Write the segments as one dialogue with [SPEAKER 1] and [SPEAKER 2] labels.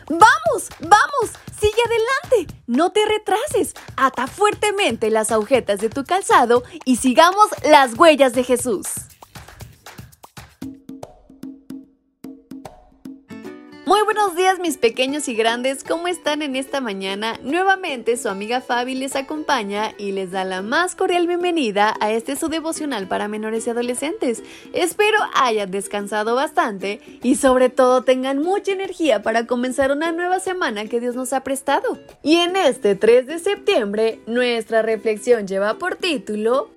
[SPEAKER 1] ¡Vamos! ¡Vamos! ¡Sigue adelante! No te retrases. Ata fuertemente las agujetas de tu calzado y sigamos las huellas de Jesús. Muy buenos días, mis pequeños y grandes, ¿cómo están en esta mañana? Nuevamente su amiga Fabi les acompaña y les da la más cordial bienvenida a este su devocional para menores y adolescentes. Espero hayan descansado bastante y sobre todo tengan mucha energía para comenzar una nueva semana que Dios nos ha prestado. Y en este 3 de septiembre, nuestra reflexión lleva por título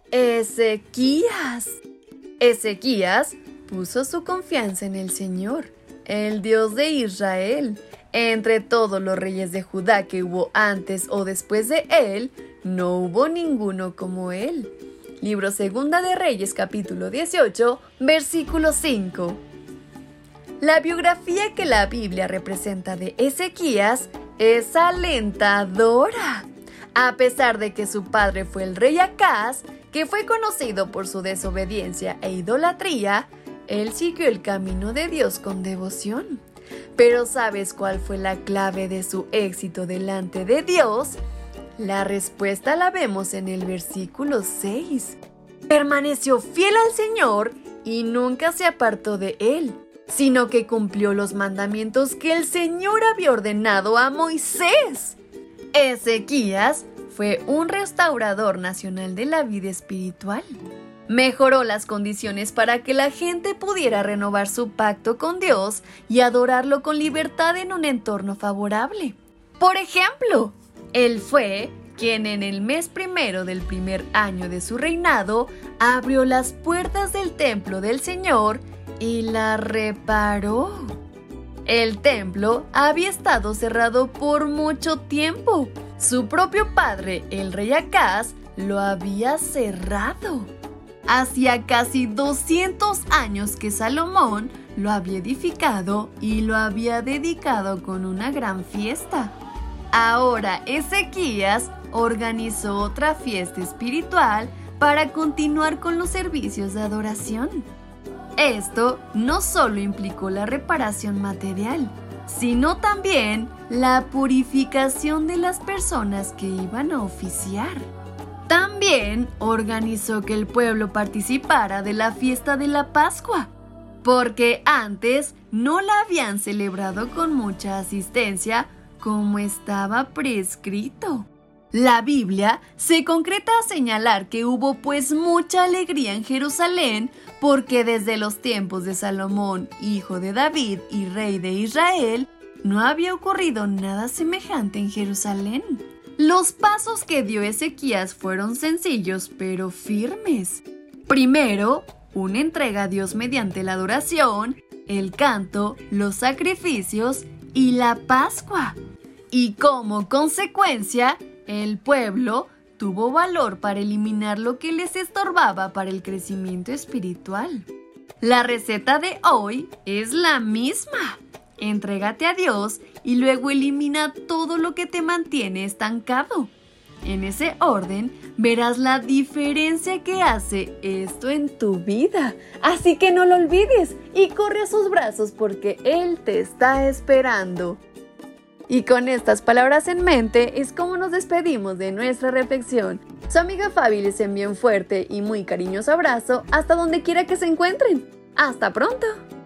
[SPEAKER 1] Ezequías. Ezequías puso su confianza en el Señor, el Dios de Israel. Entre todos los reyes de Judá que hubo antes o después de él, no hubo ninguno como él. Libro Segunda de Reyes, capítulo 18, versículo 5. La biografía que la Biblia representa de Ezequías es alentadora. A pesar de que su padre fue el rey Acaz, que fue conocido por su desobediencia e idolatría, él siguió el camino de Dios con devoción. Pero ¿sabes cuál fue la clave de su éxito delante de Dios? La respuesta la vemos en el versículo 6. Permaneció fiel al Señor y nunca se apartó de él, sino que cumplió los mandamientos que el Señor había ordenado a Moisés. Ezequías fue un restaurador nacional de la vida espiritual. Mejoró las condiciones para que la gente pudiera renovar su pacto con Dios y adorarlo con libertad en un entorno favorable. Por ejemplo, él fue quien en el mes primero del primer año de su reinado abrió las puertas del templo del Señor y la reparó. El templo había estado cerrado por mucho tiempo. Su propio padre, el rey Acaz, lo había cerrado. Hacía casi 200 años que Salomón lo había edificado y lo había dedicado con una gran fiesta. Ahora Ezequías organizó otra fiesta espiritual para continuar con los servicios de adoración. Esto no solo implicó la reparación material, sino también la purificación de las personas que iban a oficiar. También organizó que el pueblo participara de la fiesta de la Pascua, porque antes no la habían celebrado con mucha asistencia como estaba prescrito. La Biblia se concreta a señalar que hubo pues mucha alegría en Jerusalén, porque desde los tiempos de Salomón, hijo de David y rey de Israel, no había ocurrido nada semejante en Jerusalén. Los pasos que dio Ezequías fueron sencillos pero firmes. Primero, una entrega a Dios mediante la adoración, el canto, los sacrificios y la Pascua. Y como consecuencia, el pueblo tuvo valor para eliminar lo que les estorbaba para el crecimiento espiritual. La receta de hoy es la misma. Entrégate a Dios y luego elimina todo lo que te mantiene estancado. En ese orden verás la diferencia que hace esto en tu vida. Así que no lo olvides y corre a sus brazos porque Él te está esperando. Y con estas palabras en mente es como nos despedimos de nuestra reflexión. Su amiga Fabi les envía un fuerte y muy cariñoso abrazo hasta donde quiera que se encuentren. ¡Hasta pronto!